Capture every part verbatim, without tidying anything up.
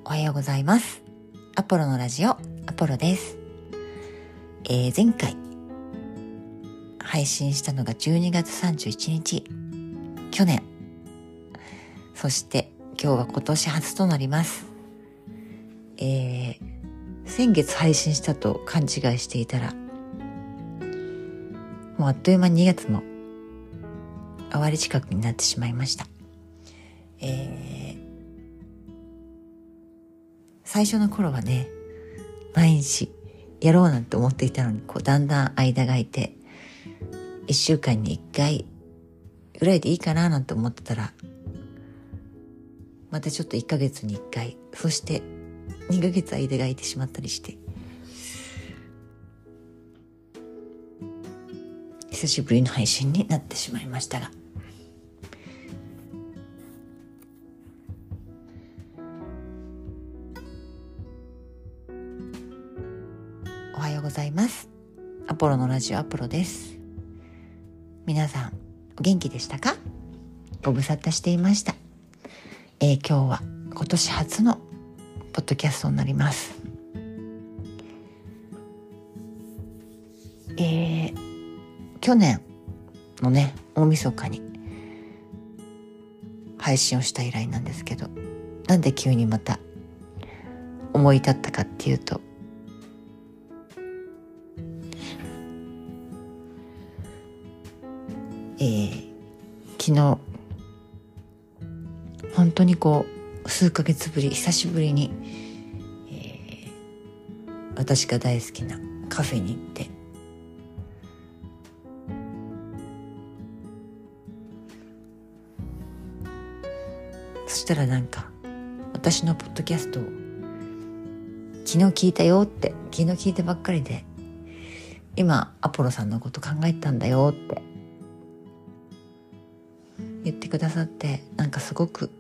おはようございます。アポロのラジオ、アポロです。えー、前回配信したのがじゅうにがつさんじゅういちにち、去年。そして今日は今年初となります。えー、先月配信したと勘違いしていたら、もうあっという間ににがつも終わり近くになってしまいました。えー、最初の頃はね、毎日やろうなんて思っていたのに、こうだんだん間が空いて、いっしゅうかんにいっかいぐらいでいいかななんて思ってたら、またちょっといっかげつにいっかい、そしてにかげつ間が空いてしまったりして、久しぶりの配信になってしまいましたが、おはようございます。アポロのラジオ、アポロです。皆さんお元気でしたか？ご無沙汰していました。えー、今日は今年初のポッドキャストになります。えー、去年のね、大晦日に配信をした以来なんですけど、なんで急にまた思い立ったかっていうと、えー、昨日本当にこう数ヶ月ぶり、久しぶりに、えー、私が大好きなカフェに行って、そしたらなんか私のポッドキャストを昨日聞いたよって、昨日聞いたばっかりで、今アポロさんのこと考えてたんだよって言ってくださって、なんかすごく、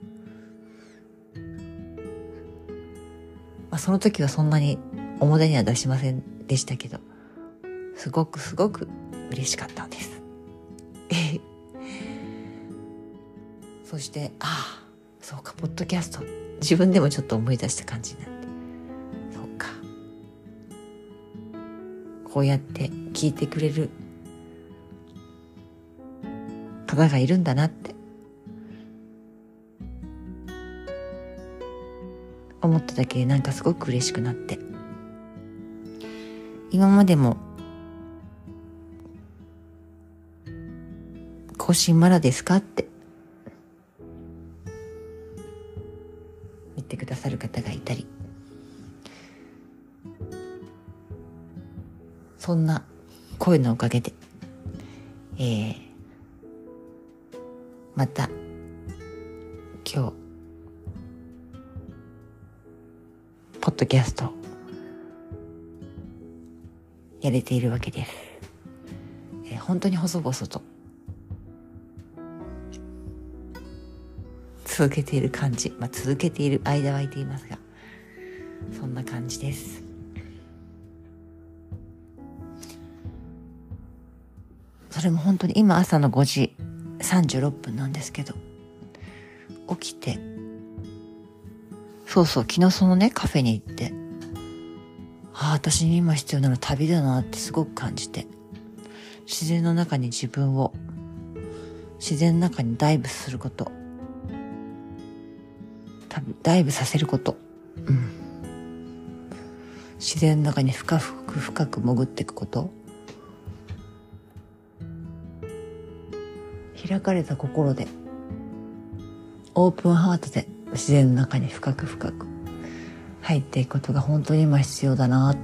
まあ、その時はそんなに表には出しませんでしたけど、すごくすごく嬉しかったんです。そしてああそうか、ポッドキャスト、自分でもちょっと思い出した感じになって、そうか、こうやって聞いてくれる方がいるんだなって思っただけで、なんかすごく嬉しくなって、今までも更新まだですかって言ってくださる方がいたり、そんな声のおかげで、えー、また今日ポッドキャストやれているわけです。えー、本当に細々と続けている感じ、まあ、続けている間は空いていますが、そんな感じです。それも本当に今朝のごじさんじゅうろっぷんなんですけど、起きて、そうそう、昨日そのねカフェに行って、ああ私に今必要なの旅だなってすごく感じて、自然の中に自分を、自然の中にダイブすること、ダイブさせること、うん、自然の中に深く深く潜っていくこと、開かれた心で、オープンハートで自然の中に深く深く入っていくことが本当に今必要だなって、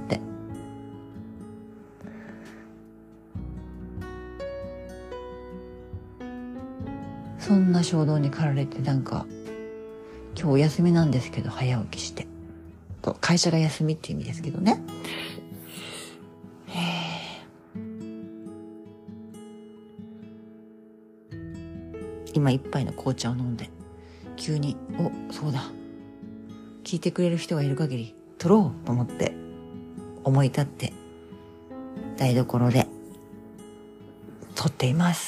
そんな衝動に駆られて、なんか今日お休みなんですけど早起きして、会社が休みっていう意味ですけどね、今一杯の紅茶を飲んで、急におそうだ、聞いてくれる人がいる限り撮ろうと思って思い立って、台所で撮っています。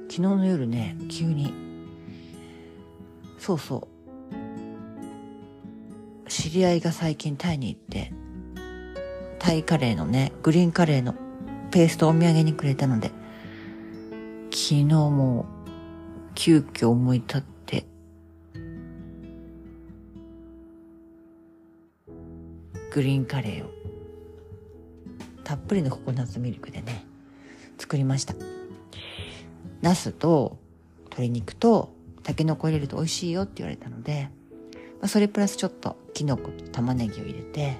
昨日の夜ね、急に、そうそう、知り合いが最近タイに行って、タイカレーのね、グリーンカレーのペーストをお土産にくれたので、昨日も急遽思い立って、グリーンカレーをたっぷりのココナッツミルクでね、作りました。ナスと鶏肉とタケノコ入れると美味しいよって言われたので、まあ、それプラスちょっとキノコと玉ねぎを入れて、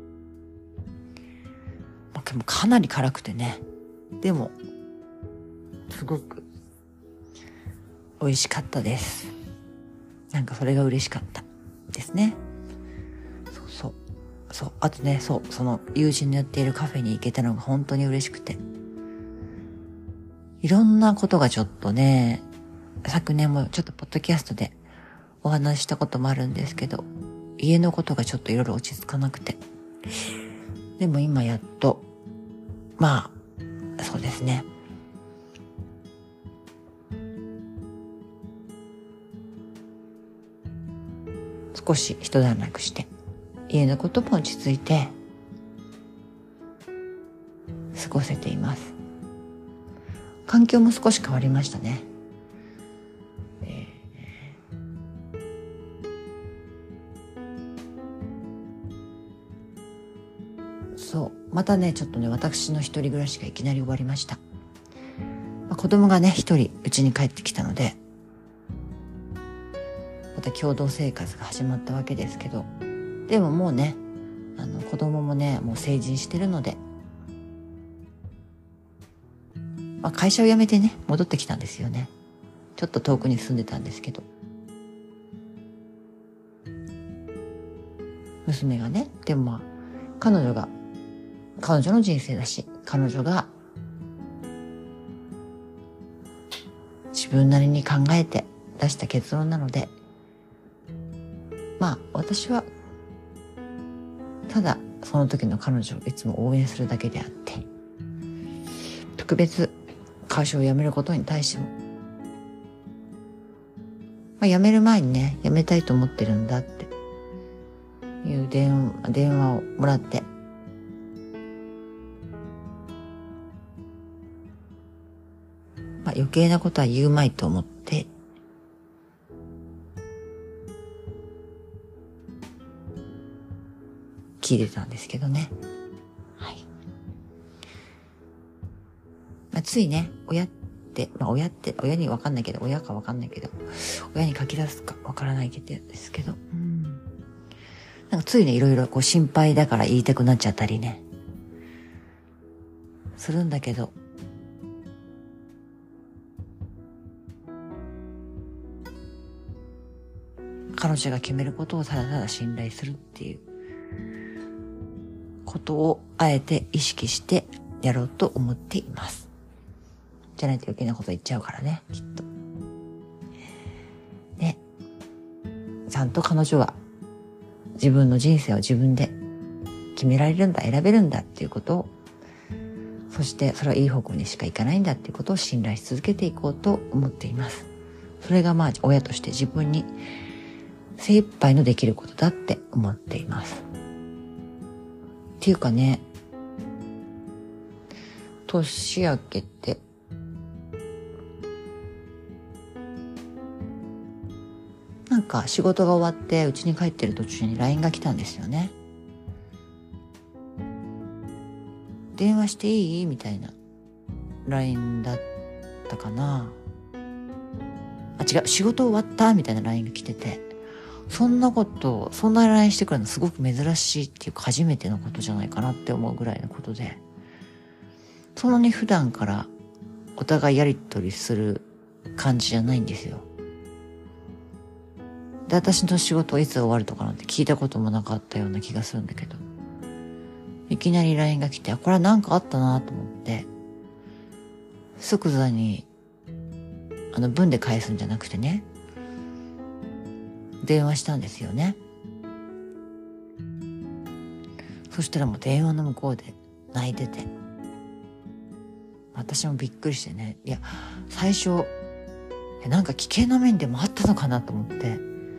まあ、でもかなり辛くてね、でもすごく美味しかったです。なんかそれが嬉しかったですね。そうそうそう、あとね、そう、その友人のやっているカフェに行けたのが本当に嬉しくて、いろんなことがちょっとね、昨年もちょっとポッドキャストでお話ししたこともあるんですけど、家のことがちょっといろいろ落ち着かなくて、でも今やっと、まあそうですね、少し一段落して家のことも落ち着いて過ごせています。環境も少し変わりましたね。えー、そうまたね、ちょっとね、私の一人暮らしがいきなり終わりました。まあ、子供がね一人家に帰ってきたので、また共同生活が始まったわけですけど、でももうね、あの子供もねもう成人してるので、まあ、会社を辞めてね戻ってきたんですよね。ちょっと遠くに住んでたんですけど、娘がね、でもまあ彼女が彼女の人生だし、彼女が自分なりに考えて出した結論なので、まあ私はただその時の彼女をいつも応援するだけであって、特別会社を辞めることに対しても、まあ、辞める前にね、辞めたいと思ってるんだっていう電話、電話をもらって、まあ、余計なことは言うまいと思って聞いてたんですけどね。はい。まあ、ついね、親って、まあ親って、親にわかんないけど、親かわかんないけど、親に書き出すかわからないけどですけど、うん。なんかついね、いろいろこう心配だから言いたくなっちゃったりね、するんだけど、彼女が決めることをただただ信頼するっていうことをあえて意識してやろうと思っています。じゃないと余計なこと言っちゃうからね、きっと。ね。ちゃんと彼女は自分の人生を自分で決められるんだ、選べるんだっていうことを、そしてそれはいい方向にしかいかないんだっていうことを信頼し続けていこうと思っています。それがまあ親として自分に精一杯のできることだって思っています。っていうかね、年明けてなんか仕事が終わって家に帰ってる途中に ライン が来たんですよね。電話していいみたいな ライン だったかな。あ、違う、仕事終わったみたいな ライン が来てて、そんなことそんな ライン してくるのすごく珍しいっていうか、初めてのことじゃないかなって思うぐらいのことで、そんなに普段からお互いやり取りする感じじゃないんですよ。で、私の仕事いつ終わるとかなんて聞いたこともなかったような気がするんだけど、いきなり ライン が来て、これはなんかあったなと思って、即座にあの文で返すんじゃなくてね、電話したんですよね。そしたらもう電話の向こうで泣いてて、私もびっくりしてね、いや最初なんか危険な面でもあったのかなと思って、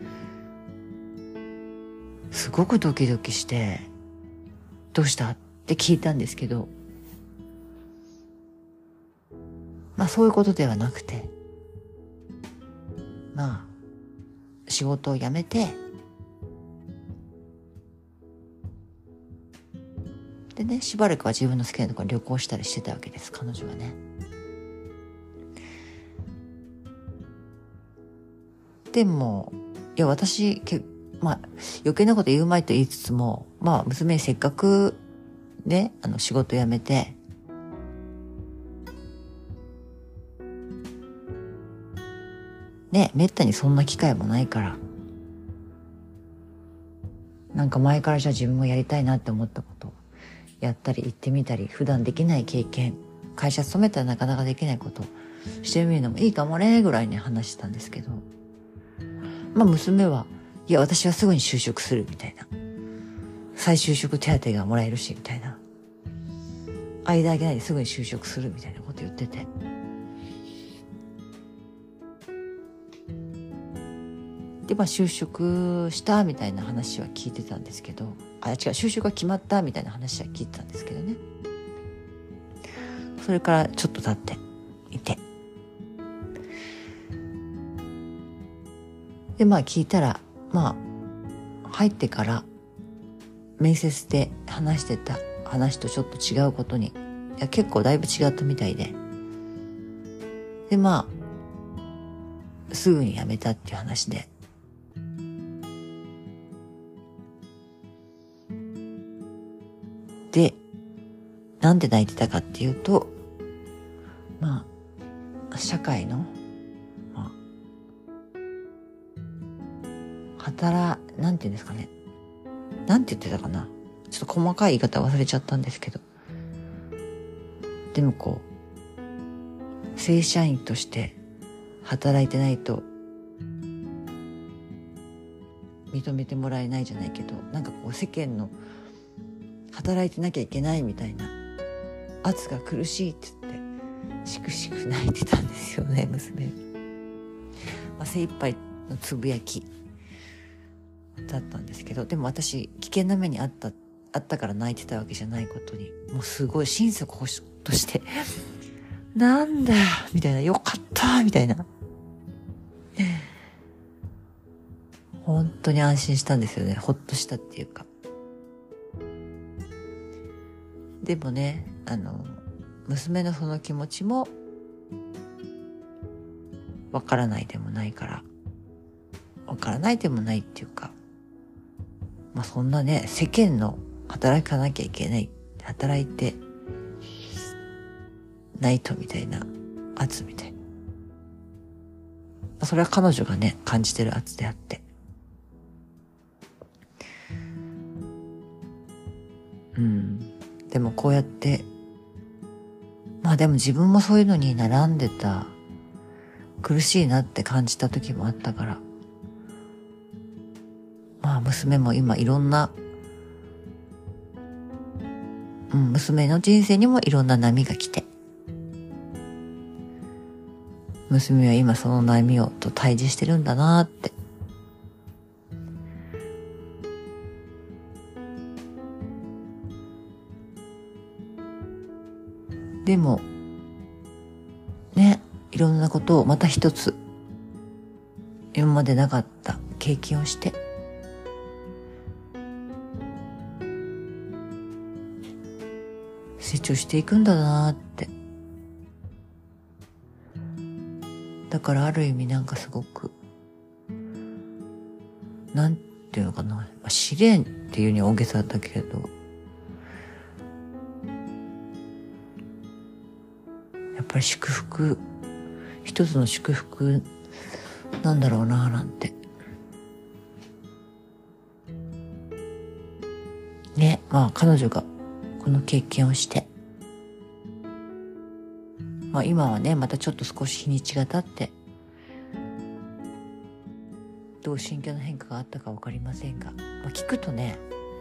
すごくドキドキして、どうしたって聞いたんですけど、まあそういうことではなくて、まあ仕事を辞めて、でね、しばらくは自分の好きなところに旅行したりしてたわけです、彼女はね。でも、いや私、けまあ余計なこと言うまいと言いつつも、まあ娘にせっかくね、あの仕事辞めて、ね、めったにそんな機会もないから、なんか前からじゃあ自分もやりたいなって思ったことやったり行ってみたり、普段できない経験、会社勤めたらなかなかできないことしてみるのもいいかもねぐらいに話したんですけど、まあ娘はいや私はすぐに就職するみたいな、再就職手当がもらえるしみたいな、間空けないですぐに就職するみたいなこと言ってて、でまあ就職したみたいな話は聞いてたんですけど、あ違う就職が決まったみたいな話は聞いてたんですけどね。それからちょっと経っていて、でまあ聞いたら、まあ入ってから面接で話してた話とちょっと違うことに、いや結構だいぶ違ったみたいで、でまあすぐに辞めたっていう話で、でなんで泣いてたかっていうと、まあ社会の、まあ、働なんていうんですかね、なんて言ってたかな、ちょっと細かい言い方忘れちゃったんですけど、でもこう正社員として働いてないと認めてもらえないじゃないけど、なんかこう世間の働いてなきゃいけないみたいな圧が苦しいって言ってしくしく泣いてたんですよね、娘。まあ、精一杯のつぶやきだったんですけど、でも私危険な目にあったあったから泣いてたわけじゃないことに、もうすごい心底としてなんだみたいな、よかったみたいな、本当に安心したんですよね。ほっとしたっていうか。でもね、あの娘のその気持ちもわからないでもないから、わからないでもないっていうか、まあそんなね、世間の働かなきゃいけない、働いてないとみたいな圧みたいな、まあ、それは彼女がね感じてる圧であって、うん、でもこうやってまあでも自分もそういうのに並んでた、苦しいなって感じた時もあったから、まあ娘も今いろんな、うん、娘の人生にもいろんな波が来て、娘は今その波をと対峙してるんだなって。でもね、いろんなことをまた一つ今までなかった経験をして成長していくんだなって。だからある意味なんかすごくなんていうのかな、試練っていうには大げさだったけれど、やっぱり祝福、一つの祝福なんだろうななんてね。まあ彼女がこの経験をして、まあ今はねまたちょっと少し日にちが経ってどう心境の変化があったか分かりませんが、まあ、聞くとね、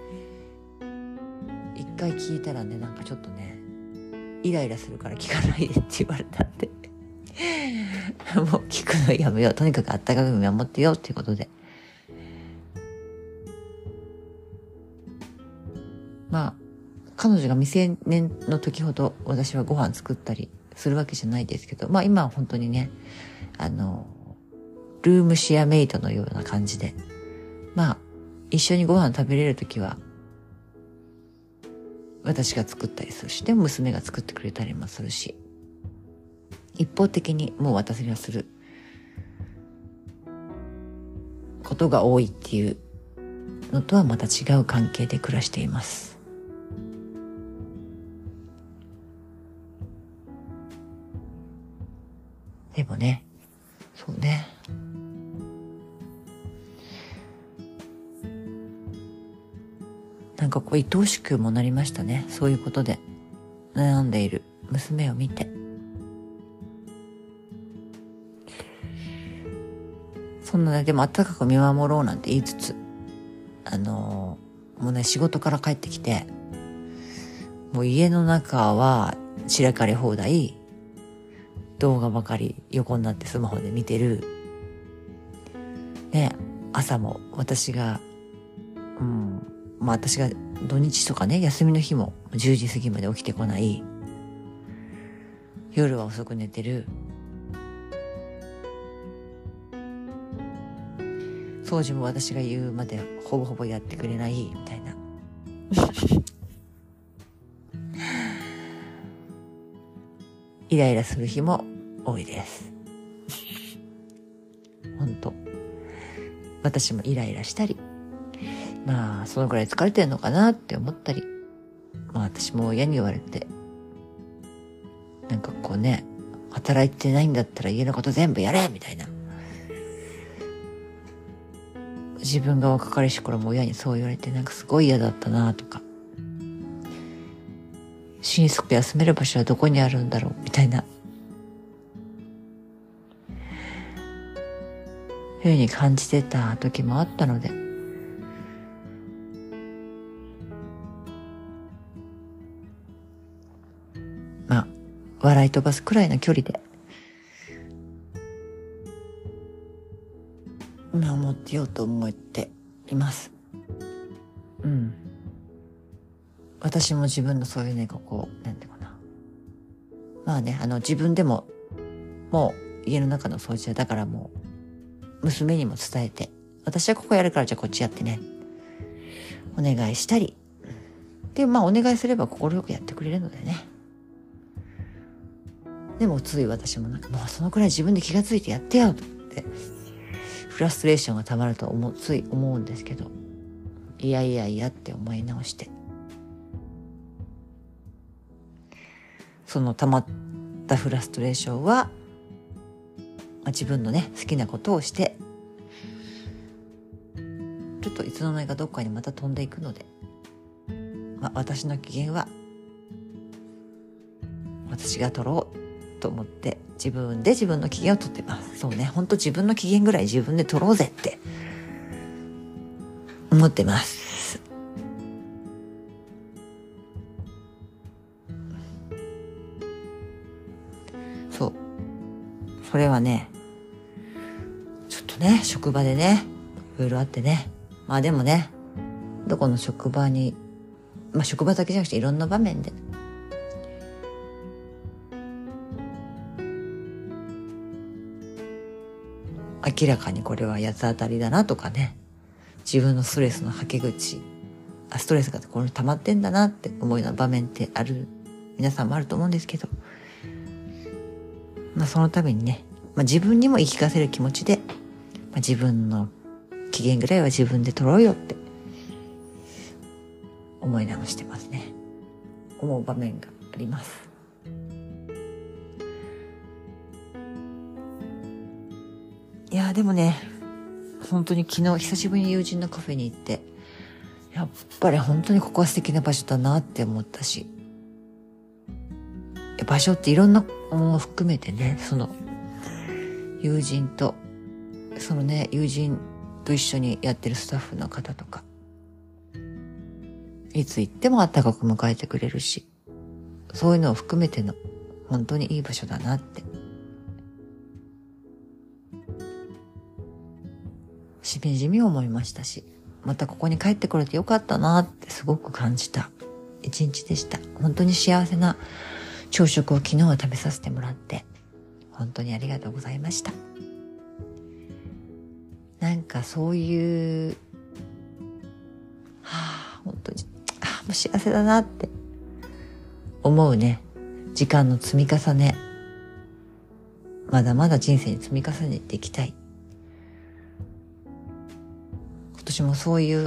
一回聞いたらねなんかちょっとねイライラするから聞かないでって言われたんでもう聞くのやめよう。とにかくあったかく見守ってよっていうことで。まあ、彼女が未成年の時ほど私はご飯作ったりするわけじゃないですけど、まあ今は本当にね、あの、ルームシェアメイトのような感じで、まあ、一緒にご飯食べれる時は、私が作ったりするし、でも娘が作ってくれたりもするし、一方的にもう私がすることが多いっていうのとはまた違う関係で暮らしています。でもね、そうね。なんかこう愛おしくもなりましたね。そういうことで悩んでいる娘を見て。そんなね、でも温かく見守ろうなんて言いつつ、あのー、もうね、仕事から帰ってきて、もう家の中は散らかり放題、動画ばかり横になってスマホで見てる。ね、朝も私が、うん、まあ私が土日とかね、休みの日もじゅうじ過ぎまで起きてこない。夜は遅く寝てる。掃除も私が言うまでほぼほぼやってくれないみたいな。イライラする日も多いです。本当。私もイライラしたり、まあそのくらい疲れてるのかなって思ったり、まあ私も親に言われて、なんかこうね、働いてないんだったら家のこと全部やれみたいな。自分が若かりし頃も親にそう言われて、なんかすごい嫌だったなとか、心底休める場所はどこにあるんだろうみたいな、ふうに感じてた時もあったので、まあ笑い飛ばすくらいの距離で守ってようと思っています。うん。私も自分のそういうね、ここ、なんていうかな。まあね、あの自分でも、もう家の中の掃除はだからもう、娘にも伝えて、私はここやるからじゃあこっちやってね。お願いしたり。で、まあお願いすれば心よくやってくれるのでね。でもつい私もなんか、もうそのくらい自分で気がついてやってよって、フラストレーションがたまると思う、つい思うんですけど、いやいやいやって思い直して、そのたまったフラストレーションは、まあ、自分のね好きなことをして、ちょっといつの間にかどっかにまた飛んでいくので、まあ、私の機嫌は私が取ろうと思って自分で自分の機嫌を取ってます。そうね、本当自分の機嫌ぐらい自分で取ろうぜって思ってます。そう、それはね、ちょっとね職場でねいろいろあってね、まあでもね、どこの職場に、まあ職場だけじゃなくていろんな場面で明らかにこれは八つ当たりだなとかね、自分のストレスのはけ口、あストレスがこれ溜まってんだなって思うような場面ってある、皆さんもあると思うんですけど、まあそのためにね、まあ、自分にも言い聞かせる気持ちで、まあ、自分の機嫌ぐらいは自分で取ろうよって思い直してますね。思う場面があります。いやでもね、本当に昨日久しぶりに友人のカフェに行って、やっぱり本当にここは素敵な場所だなって思ったし、場所っていろんなものを含めてね、その友人とそのね友人と一緒にやってるスタッフの方とか、いつ行っても温かく迎えてくれるし、そういうのを含めての本当にいい場所だなってしみじみ思いましたし、またここに帰ってこれてよかったなってすごく感じた一日でした。本当に幸せな朝食を昨日は食べさせてもらって本当にありがとうございました。なんかそういうはあ本当にああもう幸せだなって思うね時間の積み重ね、まだまだ人生に積み重ねていきたい。今年もそういう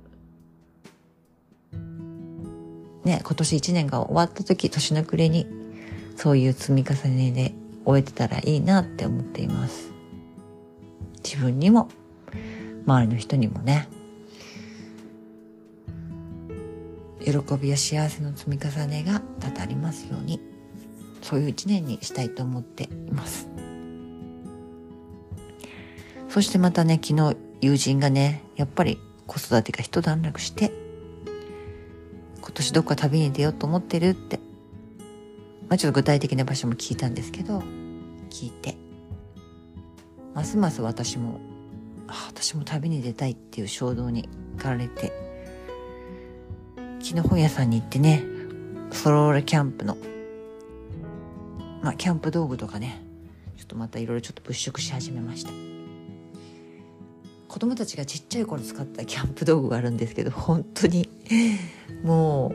ね、今年一年が終わった時、年の暮れにそういう積み重ねで終えてたらいいなって思っています。自分にも周りの人にもね、喜びや幸せの積み重ねが多々ありますように、そういう一年にしたいと思っています。そしてまたね、昨日友人がね、やっぱり子育てが一段落して今年どっか旅に出ようと思ってるって、まあ、ちょっと具体的な場所も聞いたんですけど、聞いてますます私もあ私も旅に出たいっていう衝動に駆られて、昨日本屋さんに行ってね、ソローラキャンプのまあキャンプ道具とかね、ちょっとまたいろいろちょっと物色し始めました。子供たちがちっちゃい頃使ったキャンプ道具があるんですけど、本当にも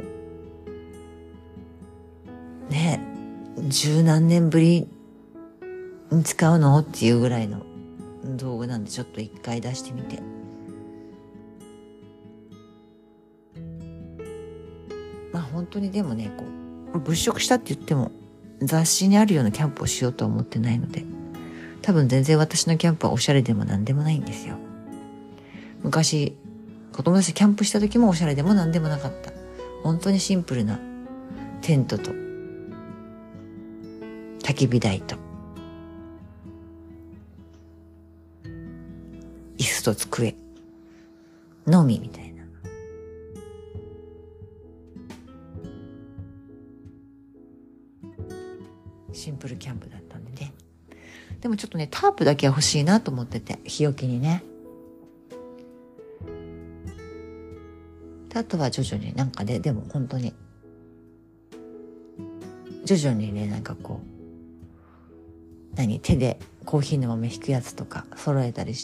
うね十何年ぶりに使うのっていうぐらいの道具なんで、ちょっと一回出してみて、まあ本当にでもね、こう物色したって言っても雑誌にあるようなキャンプをしようとは思ってないので、多分全然私のキャンプはおしゃれでもなんでもないんですよ。昔子供たちキャンプした時もおしゃれでもなんでもなかった、本当にシンプルなテントと焚き火台と椅子と机のみみたいな、シンプルキャンプだったんでね。でもちょっとね、タープだけは欲しいなと思ってて、日よけにね。あとは徐々になんかね、でも本当に徐々にね、なんかこう何手でコーヒーの豆引くやつとか揃えたりして、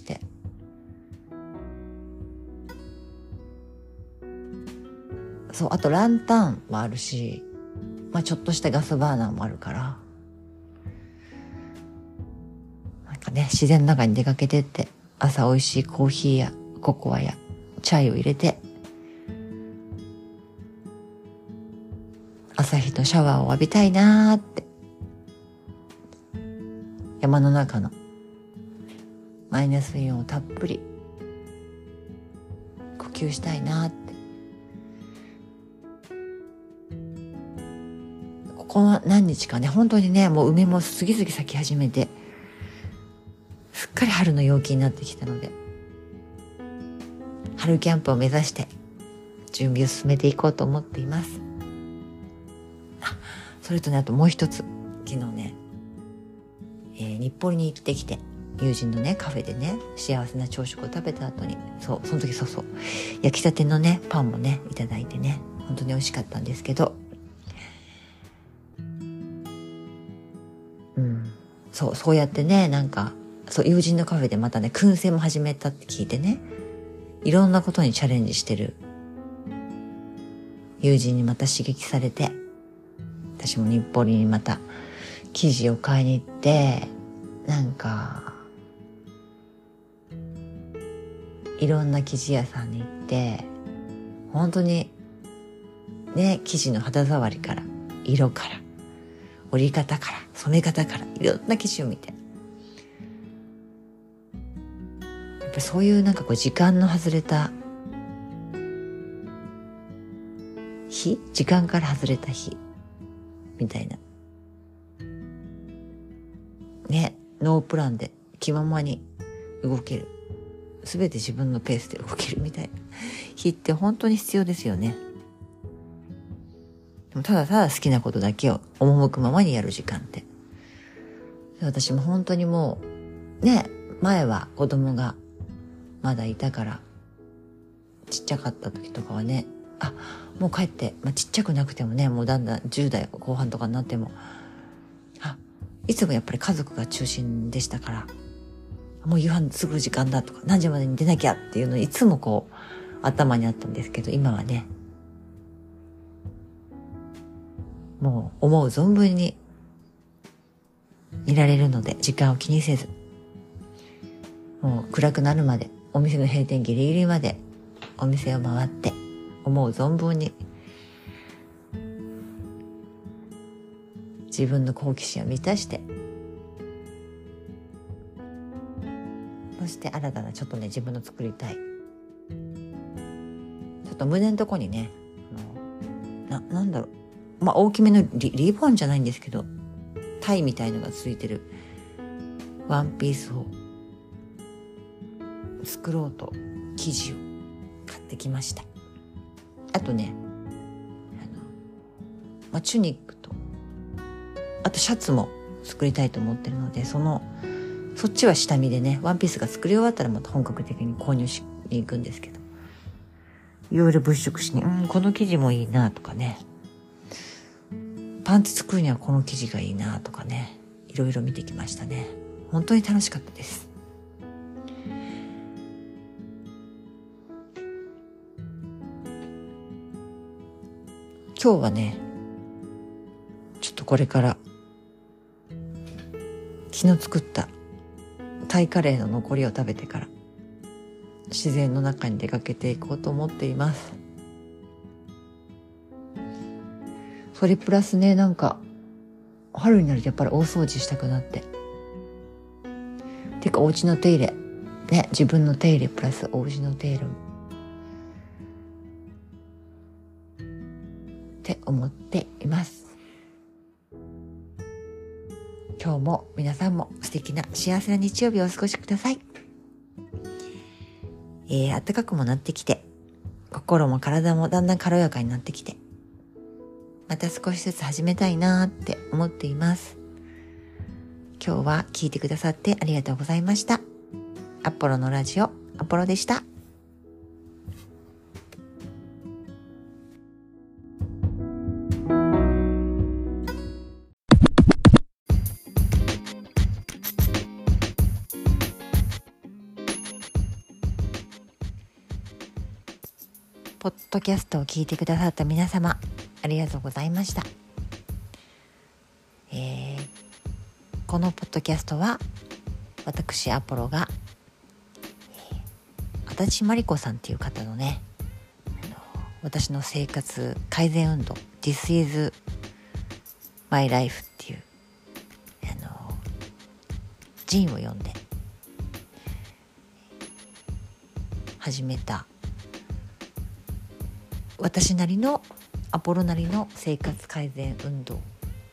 そう、あとランタンもあるし、まあちょっとしたガスバーナーもあるから、なんかね、自然の中に出かけてって朝美味しいコーヒーやココアやチャイを入れて、朝日とシャワーを浴びたいなーって、山の中のマイナスイオンをたっぷり呼吸したいなーって。ここは何日かね、本当にね、もう梅も次々咲き始めて、すっかり春の陽気になってきたので、春キャンプを目指して準備を進めていこうと思っています。あ、それとね、あともう一つ、昨日ね、えー、日暮里に行ってきて、友人のねカフェでね幸せな朝食を食べた後に、そうその時そうそう焼きたてのねパンもねいただいてね、本当に美味しかったんですけど、うんそうそうやってね、なんかそう友人のカフェでまたね燻製も始めたって聞いてね、いろんなことにチャレンジしてる友人にまた刺激されて、私も日暮里にまた生地を買いに行って、なんかいろんな生地屋さんに行って、本当にね、生地の肌触りから色から織り方から染め方からいろんな生地を見て、やっぱりそういうなんかこう時間の外れた日、時間から外れた日みたいなね、ノープランで気ままに動ける、すべて自分のペースで動けるみたいな日って本当に必要ですよね。でもただただ好きなことだけを赴くままにやる時間って、私も本当にもうね、前は子供がまだいたから、ちっちゃかった時とかはね、あ、もう帰って、まあ、ちっちゃくなくてもね、もうだんだんじゅう代後半とかになっても、あ、いつもやっぱり家族が中心でしたから、もう夕飯すぐ時間だとか、何時までに出なきゃっていうのいつもこう頭にあったんですけど、今はね、もう思う存分にいられるので、時間を気にせず、もう暗くなるまで、お店の閉店ギリギリまでお店を回って思う存分に自分の好奇心を満たして、そして新たなちょっとね、自分の作りたい、ちょっと胸のとこにね、あのな、なんだろう、まあ大きめの リ, リボンじゃないんですけど、タイみたいのがついてるワンピースを作ろうと生地を買ってきました。あとね、あの、まあ、チュニックと、あとシャツも作りたいと思ってるので、そのそっちは下見でね、ワンピースが作り終わったらまた本格的に購入しに行くんですけど、いろいろ物色しに、うん、この生地もいいなとかね、パンツ作るにはこの生地がいいなとかね、いろいろ見てきましたね。本当に楽しかったです。今日はね、ちょっとこれから昨日作ったタイカレーの残りを食べてから自然の中に出かけていこうと思っています。それプラスね、なんか春になるとやっぱり大掃除したくなって、てかお家の手入れね、自分の手入れプラスお家の手入れもって思っています。今日も皆さんも素敵な幸せな日曜日をお過ごしください。えー、暖かくもなってきて、心も体もだんだん軽やかになってきて、また少しずつ始めたいなって思っています。今日は聞いてくださってありがとうございました。アポロのラジオ、アポロでした。ポッドキャストを聞いてくださった皆様、ありがとうございました。えー、このポッドキャストは私アポロが、えー、足立真理子さんっていう方のね、あの私の生活改善運動 This is my life っていうあのジンを読んで始めた私なりのアポロなりの生活改善運動、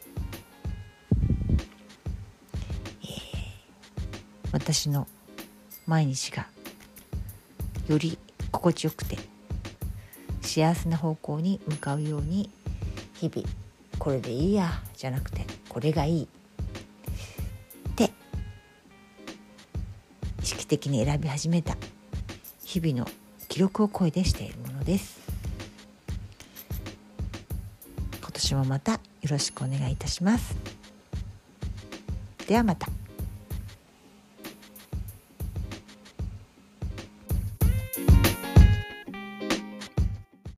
えー、私の毎日がより心地よくて幸せな方向に向かうように、日々これでいいやじゃなくてこれがいいって意識的に選び始めた日々の記録を声でしているものです。今年もまたよろしくお願いいたします。ではまた。